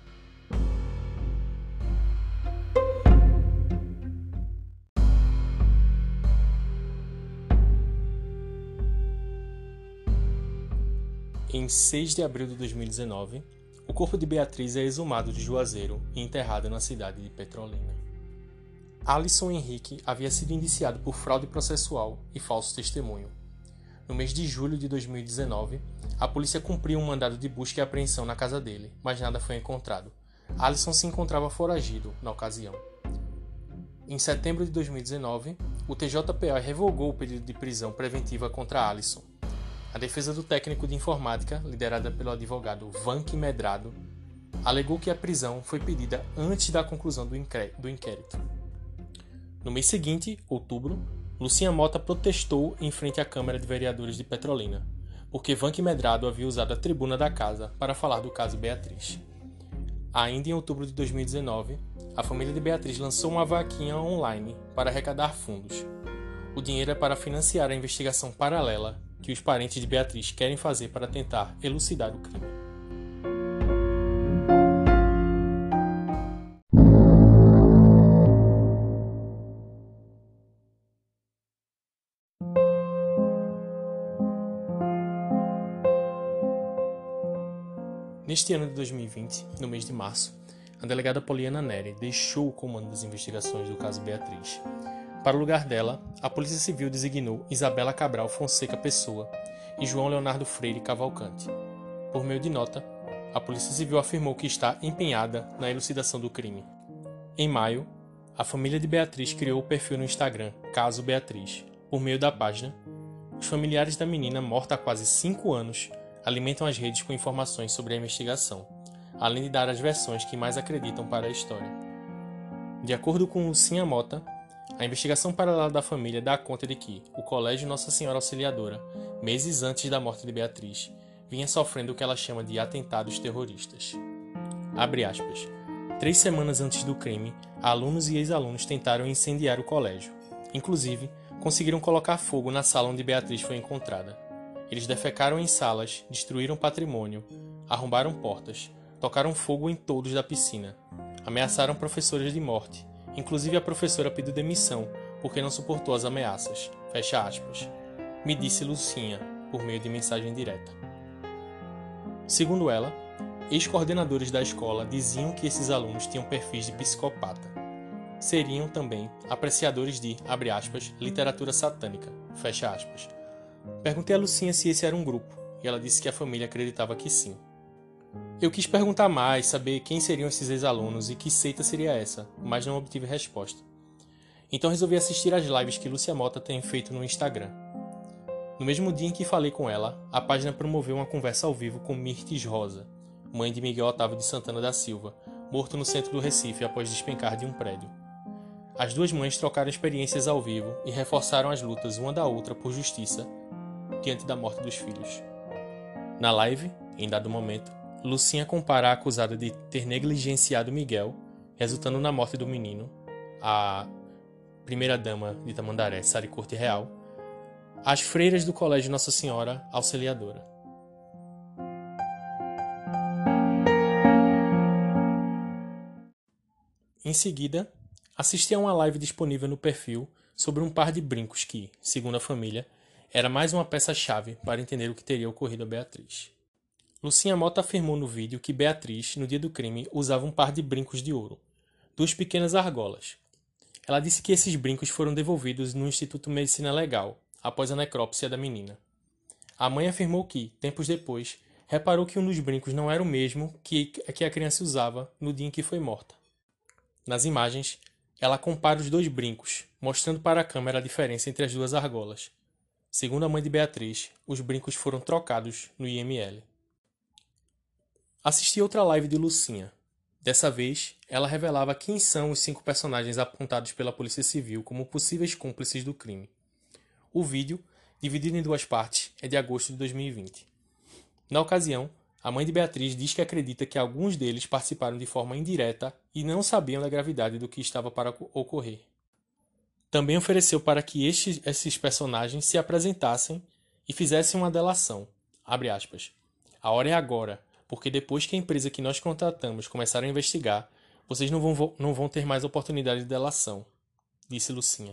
Em 6 de abril de 2019, o corpo de Beatriz é exumado de Juazeiro e enterrado na cidade de Petrolina. Alisson Henrique havia sido indiciado por fraude processual e falso testemunho. No mês de julho de 2019, a polícia cumpriu um mandado de busca e apreensão na casa dele, mas nada foi encontrado. Alisson se encontrava foragido na ocasião. Em setembro de 2019, o TJPA revogou o pedido de prisão preventiva contra Alisson. A defesa do técnico de informática, liderada pelo advogado Vanque Medrado, alegou que a prisão foi pedida antes da conclusão do inquérito. No mês seguinte, outubro, Lucinha Mota protestou em frente à Câmara de Vereadores de Petrolina, porque Vanque Medrado havia usado a tribuna da casa para falar do caso Beatriz. Ainda em outubro de 2019, a família de Beatriz lançou uma vaquinha online para arrecadar fundos. O dinheiro é para financiar a investigação paralela que os parentes de Beatriz querem fazer para tentar elucidar o crime. Neste ano de 2020, no mês de março, a delegada Poliana Neri deixou o comando das investigações do caso Beatriz. Para o lugar dela, a Polícia Civil designou Isabela Cabral Fonseca Pessoa e João Leonardo Freire Cavalcante. Por meio de nota, a Polícia Civil afirmou que está empenhada na elucidação do crime. Em maio, a família de Beatriz criou o perfil no Instagram Caso Beatriz. Por meio da página, os familiares da menina, morta há quase 5 anos, alimentam as redes com informações sobre a investigação, além de dar as versões que mais acreditam para a história. De acordo com Lucinha Mota, a investigação paralela da família dá conta de que o Colégio Nossa Senhora Auxiliadora, meses antes da morte de Beatriz, vinha sofrendo o que ela chama de atentados terroristas. Abre aspas. 3 semanas antes do crime, alunos e ex-alunos tentaram incendiar o colégio. Inclusive, conseguiram colocar fogo na sala onde Beatriz foi encontrada. Eles defecaram em salas, destruíram patrimônio, arrombaram portas, tocaram fogo em todos da piscina, ameaçaram professores de morte. Inclusive a professora pediu demissão porque não suportou as ameaças. Fecha aspas. Me disse Lucinha, por meio de mensagem direta. Segundo ela, ex-coordenadores da escola diziam que esses alunos tinham perfis de psicopata. Seriam também apreciadores de, abre aspas, literatura satânica, fecha aspas. Perguntei a Lucinha se esse era um grupo, e ela disse que a família acreditava que sim. Eu quis perguntar mais, saber quem seriam esses ex-alunos e que seita seria essa, mas não obtive resposta. Então resolvi assistir às lives que Lúcia Mota tem feito no Instagram. No mesmo dia em que falei com ela, a página promoveu uma conversa ao vivo com Mirtes Rosa, mãe de Miguel Otávio de Santana da Silva, morto no centro do Recife após despencar de um prédio. As duas mães trocaram experiências ao vivo e reforçaram as lutas uma da outra por justiça diante da morte dos filhos. Na live, em dado momento, Lucinha compara a acusada de ter negligenciado Miguel, resultando na morte do menino, a primeira-dama de Tamandaré, Sari Corte Real, às freiras do Colégio Nossa Senhora Auxiliadora. Em seguida, assisti a uma live disponível no perfil sobre um par de brincos que, segundo a família, era mais uma peça-chave para entender o que teria ocorrido a Beatriz. Lucinha Mota afirmou no vídeo que Beatriz, no dia do crime, usava um par de brincos de ouro, 2 pequenas argolas. Ela disse que esses brincos foram devolvidos no Instituto Medicina Legal, após a necrópsia da menina. A mãe afirmou que, tempos depois, reparou que um dos brincos não era o mesmo que a criança usava no dia em que foi morta. Nas imagens, ela compara os 2 brincos, mostrando para a câmera a diferença entre as 2 argolas. Segundo a mãe de Beatriz, os brincos foram trocados no IML. Assisti outra live de Lucinha. Dessa vez, ela revelava quem são os 5 personagens apontados pela Polícia Civil como possíveis cúmplices do crime. O vídeo, dividido em 2 partes, é de agosto de 2020. Na ocasião, a mãe de Beatriz diz que acredita que alguns deles participaram de forma indireta e não sabiam da gravidade do que estava para ocorrer. Também ofereceu para que esses personagens se apresentassem e fizessem uma delação. Abre aspas. A hora é agora, porque depois que a empresa que nós contratamos começar a investigar, vocês não vão ter mais oportunidade de delação, disse Lucinha.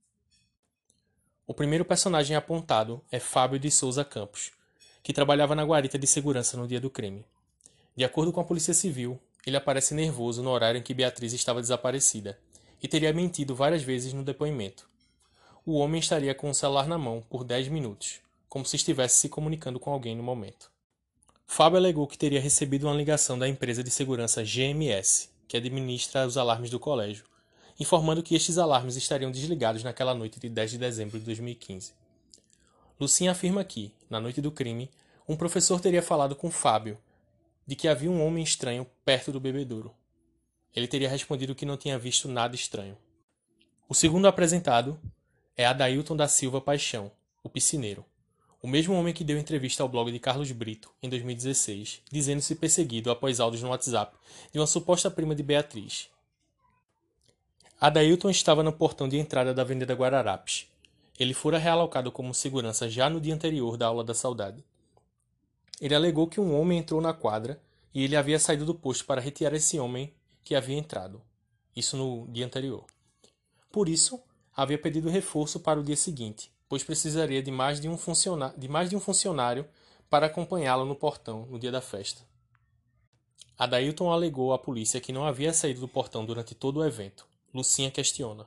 O primeiro personagem apontado é Fábio de Souza Campos, que trabalhava na guarita de segurança no dia do crime. De acordo com a Polícia Civil, ele aparece nervoso no horário em que Beatriz estava desaparecida e teria mentido várias vezes no depoimento. O homem estaria com o celular na mão por 10 minutos, como se estivesse se comunicando com alguém no momento. Fábio alegou que teria recebido uma ligação da empresa de segurança GMS, que administra os alarmes do colégio, informando que estes alarmes estariam desligados naquela noite de 10 de dezembro de 2015. Lucinha afirma que, na noite do crime, um professor teria falado com Fábio de que havia um homem estranho perto do bebedouro. Ele teria respondido que não tinha visto nada estranho. O segundo apresentado é Adailton da Silva Paixão, o piscineiro, o mesmo homem que deu entrevista ao blog de Carlos Brito em 2016, dizendo-se perseguido após áudios no WhatsApp de uma suposta prima de Beatriz. Adailton estava no portão de entrada da Avenida Guararapes. Ele fora realocado como segurança já no dia anterior da aula da saudade. Ele alegou que um homem entrou na quadra e ele havia saído do posto para retirar esse homem que havia entrado. Isso no dia anterior. Por isso, havia pedido reforço para o dia seguinte, pois precisaria de mais de um funcionário para acompanhá-lo no portão no dia da festa. Adailton alegou à polícia que não havia saído do portão durante todo o evento. Lucinha questiona.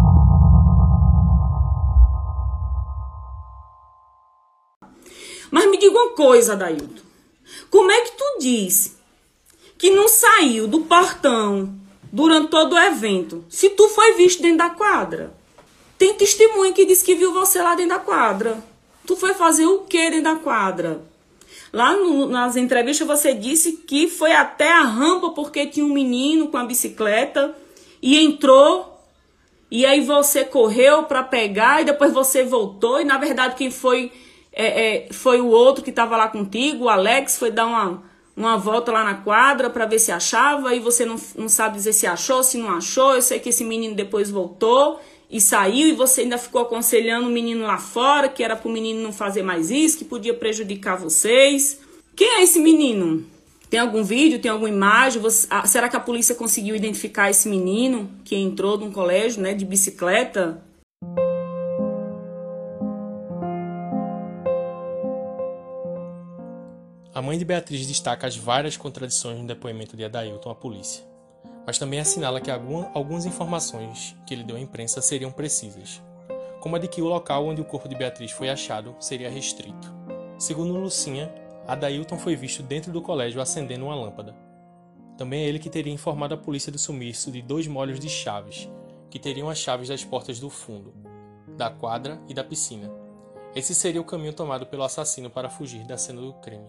Mas me diga uma coisa, Adailton. Como é que tu diz que não saiu do portão durante todo o evento se tu foi visto dentro da quadra? Tem testemunha que diz que viu você lá dentro da quadra. Tu foi fazer o que dentro da quadra? Lá nas entrevistas você disse que foi até a rampa porque tinha um menino com a bicicleta e entrou. E aí você correu para pegar e depois você voltou. E na verdade quem foi o outro que estava lá contigo, o Alex, foi dar uma volta lá na quadra para ver se achava. E você não sabe dizer se achou, se não achou. Eu sei que esse menino depois voltou e saiu, e você ainda ficou aconselhando o menino lá fora, que era pro menino não fazer mais isso, que podia prejudicar vocês. Quem é esse menino? Tem algum vídeo, tem alguma imagem? Será que a polícia conseguiu identificar esse menino que entrou num colégio, né, de bicicleta? mãe de Beatriz destaca as várias contradições no depoimento de Adailton à polícia, mas também assinala que algumas informações que ele deu à imprensa seriam precisas, como a de que o local onde o corpo de Beatriz foi achado seria restrito. Segundo Lucinha, Adailton foi visto dentro do colégio acendendo uma lâmpada. Também é ele que teria informado a polícia do sumiço de 2 molhos de chaves, que teriam as chaves das portas do fundo, da quadra e da piscina. Esse seria o caminho tomado pelo assassino para fugir da cena do crime.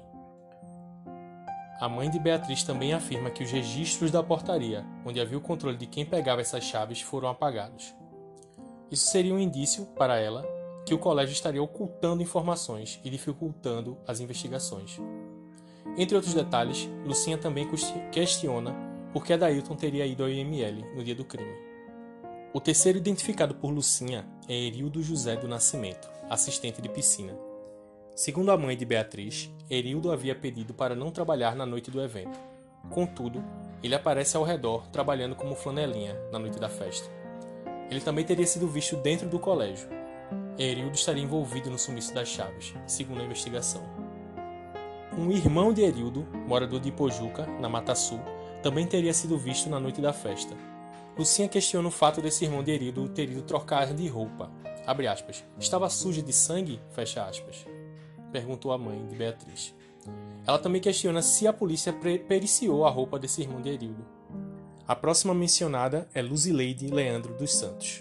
A mãe de Beatriz também afirma que os registros da portaria, onde havia o controle de quem pegava essas chaves, foram apagados. Isso seria um indício, para ela, que o colégio estaria ocultando informações e dificultando as investigações. Entre outros detalhes, Lucinha também questiona por que Adailton teria ido ao IML no dia do crime. O terceiro identificado por Lucinha é Erildo José do Nascimento, assistente de piscina. Segundo a mãe de Beatriz, Erildo havia pedido para não trabalhar na noite do evento. Contudo, ele aparece ao redor trabalhando como flanelinha na noite da festa. Ele também teria sido visto dentro do colégio. Erildo estaria envolvido no sumiço das chaves, segundo a investigação. Um irmão de Erildo, morador de Ipojuca, na Mata Sul, também teria sido visto na noite da festa. Lucinha questiona o fato desse irmão de Erildo ter ido trocar de roupa. Abre aspas. Estava suja de sangue? Fecha aspas. Perguntou a mãe de Beatriz. Ela também questiona se a polícia periciou a roupa desse irmão de Erildo. A próxima mencionada é Luzileide Leandro dos Santos.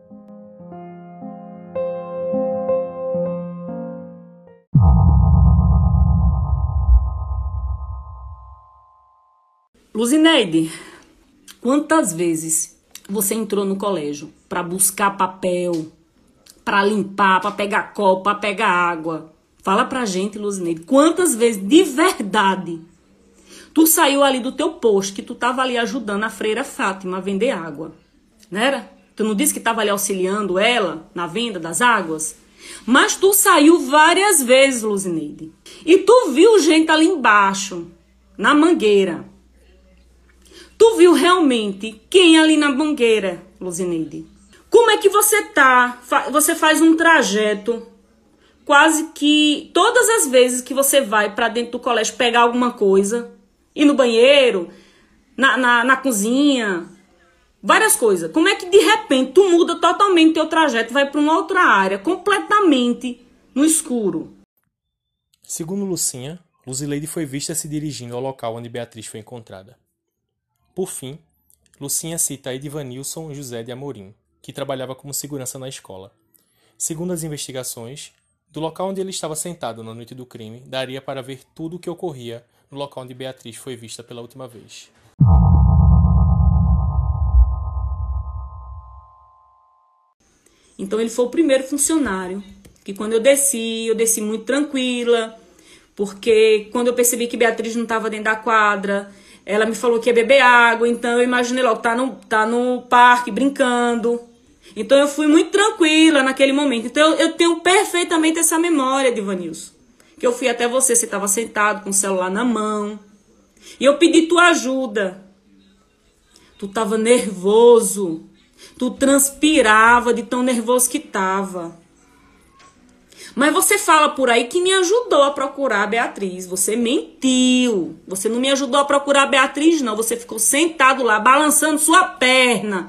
Luzineide, quantas vezes você entrou no colégio para buscar papel, para limpar, para pegar copo, para pegar água? Fala pra gente, Luzineide, quantas vezes de verdade tu saiu ali do teu posto, que tu tava ali ajudando a freira Fátima a vender água, não era? Tu não disse que tava ali auxiliando ela na venda das águas? Mas tu saiu várias vezes, Luzineide, e tu viu gente ali embaixo, na mangueira. Tu viu realmente quem ali na mangueira, Luzineide? Como é que você tá? Você faz um trajeto quase que todas as vezes que você vai para dentro do colégio pegar alguma coisa, ir no banheiro, na cozinha, várias coisas. Como é que de repente tu muda totalmente teu trajeto, vai para uma outra área, completamente no escuro? Segundo Lucinha, Luzileide foi vista se dirigindo ao local onde Beatriz foi encontrada. Por fim, Lucinha cita Edivanilson José de Amorim, que trabalhava como segurança na escola. Segundo as investigações, do local onde ele estava sentado na noite do crime, daria para ver tudo o que ocorria no local onde Beatriz foi vista pela última vez. Então ele foi o primeiro funcionário, que quando eu desci muito tranquila, porque quando eu percebi que Beatriz não estava dentro da quadra, ela me falou que ia beber água, então eu imaginei logo, tá no parque brincando. Então eu fui muito tranquila naquele momento. Então eu tenho perfeitamente essa memória, Edivanilson. Que eu fui até você estava sentado com o celular na mão. E eu pedi tua ajuda. Tu estava nervoso. Tu transpirava de tão nervoso que estava. Mas você fala por aí que me ajudou a procurar a Beatriz. Você mentiu. Você não me ajudou a procurar a Beatriz, não. Você ficou sentado lá, balançando sua perna.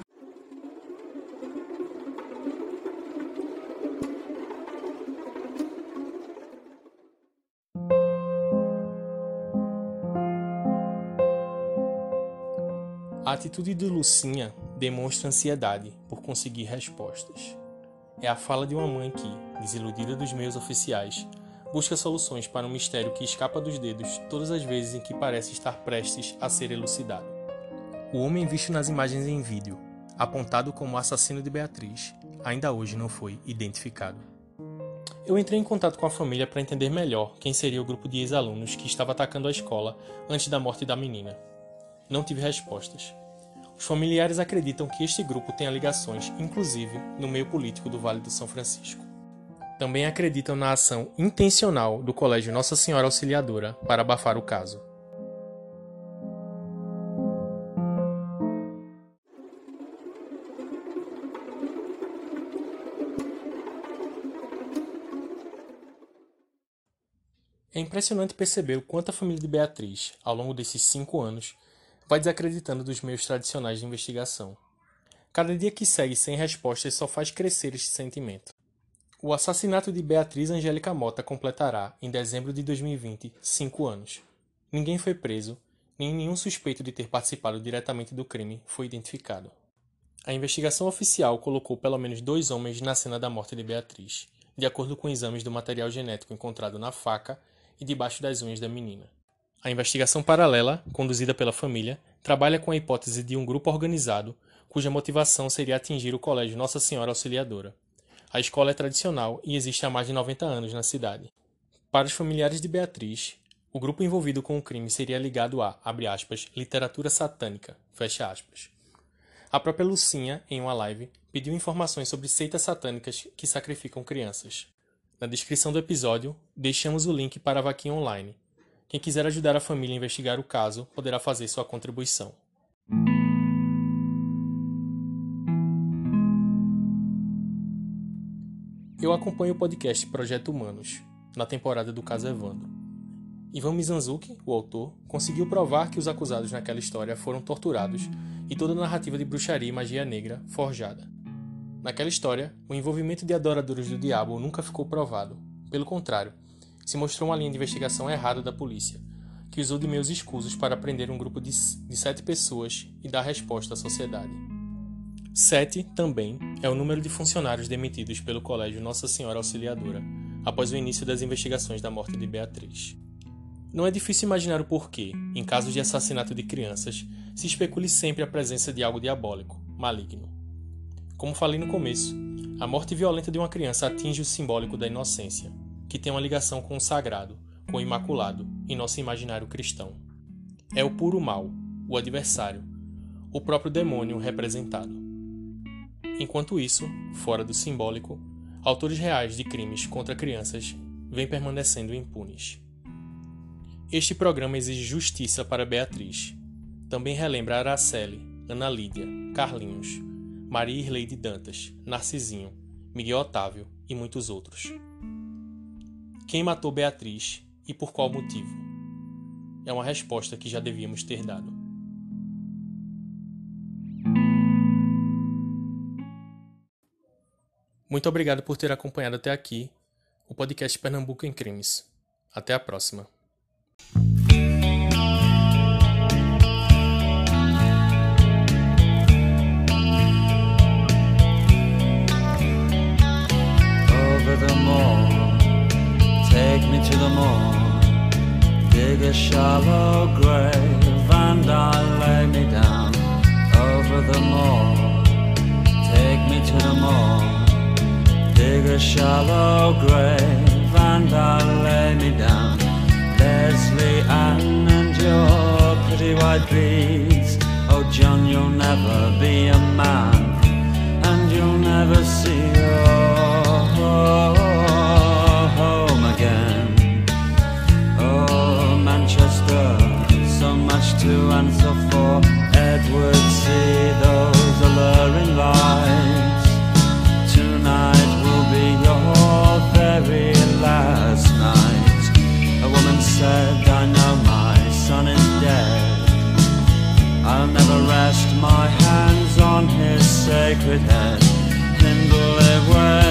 A atitude de Lucinha demonstra ansiedade por conseguir respostas. É a fala de uma mãe que, desiludida dos meios oficiais, busca soluções para um mistério que escapa dos dedos todas as vezes em que parece estar prestes a ser elucidado. O homem visto nas imagens em vídeo, apontado como o assassino de Beatriz, ainda hoje não foi identificado. Eu entrei em contato com a família para entender melhor quem seria o grupo de ex-alunos que estava atacando a escola antes da morte da menina. Não tive respostas. Os familiares acreditam que este grupo tenha ligações, inclusive, no meio político do Vale do São Francisco. Também acreditam na ação intencional do Colégio Nossa Senhora Auxiliadora para abafar o caso. É impressionante perceber o quanto a família de Beatriz, ao longo desses 5 anos, vai desacreditando dos meios tradicionais de investigação. Cada dia que segue sem respostas só faz crescer este sentimento. O assassinato de Beatriz Angélica Mota completará, em dezembro de 2020, 5 anos. Ninguém foi preso, nem nenhum suspeito de ter participado diretamente do crime foi identificado. A investigação oficial colocou pelo menos 2 homens na cena da morte de Beatriz, de acordo com exames do material genético encontrado na faca e debaixo das unhas da menina. A investigação paralela, conduzida pela família, trabalha com a hipótese de um grupo organizado, cuja motivação seria atingir o Colégio Nossa Senhora Auxiliadora. A escola é tradicional e existe há mais de 90 anos na cidade. Para os familiares de Beatriz, o grupo envolvido com o crime seria ligado a, abre aspas, literatura satânica, fecha aspas. A própria Lucinha, em uma live, pediu informações sobre seitas satânicas que sacrificam crianças. Na descrição do episódio, deixamos o link para a vaquinha online. Quem quiser ajudar a família a investigar o caso, poderá fazer sua contribuição. Eu acompanho o podcast Projeto Humanos, na temporada do caso Evandro. Ivan Mizanzuki, o autor, conseguiu provar que os acusados naquela história foram torturados e toda a narrativa de bruxaria e magia negra forjada. Naquela história, o envolvimento de adoradores do diabo nunca ficou provado. Pelo contrário, se mostrou uma linha de investigação errada da polícia, que usou de meios escusos para prender um grupo de 7 pessoas e dar resposta à sociedade. 7, também, é o número de funcionários demitidos pelo Colégio Nossa Senhora Auxiliadora, após o início das investigações da morte de Beatriz. Não é difícil imaginar o porquê, em casos de assassinato de crianças, se especule sempre a presença de algo diabólico, maligno. Como falei no começo, a morte violenta de uma criança atinge o simbólico da inocência, que tem uma ligação com o sagrado, com o imaculado, em nosso imaginário cristão. É o puro mal, o adversário, o próprio demônio representado. Enquanto isso, fora do simbólico, autores reais de crimes contra crianças vêm permanecendo impunes. Este programa exige justiça para Beatriz. Também relembra Araceli, Ana Lídia, Carlinhos, Maria Irleide Dantas, Narcisinho, Miguel Otávio e muitos outros. Quem matou Beatriz e por qual motivo? É uma resposta que já devíamos ter dado. Muito obrigado por ter acompanhado até aqui o podcast Pernambuco em Crimes. Até a próxima. Over the moor, take me to the moor, dig a shallow grave and I'll lay me down. Over the moor, take me to the moor, dig a shallow grave and I'll lay me down. Leslie Ann and your pretty white beads, oh John, you'll never be a man and you'll never see your home again. Oh Manchester, so much to answer for. Edward, see those alluring lights. Tonight will be your very last night. A woman said, I know my son is dead. I'll never rest my hands on his sacred head. Hindley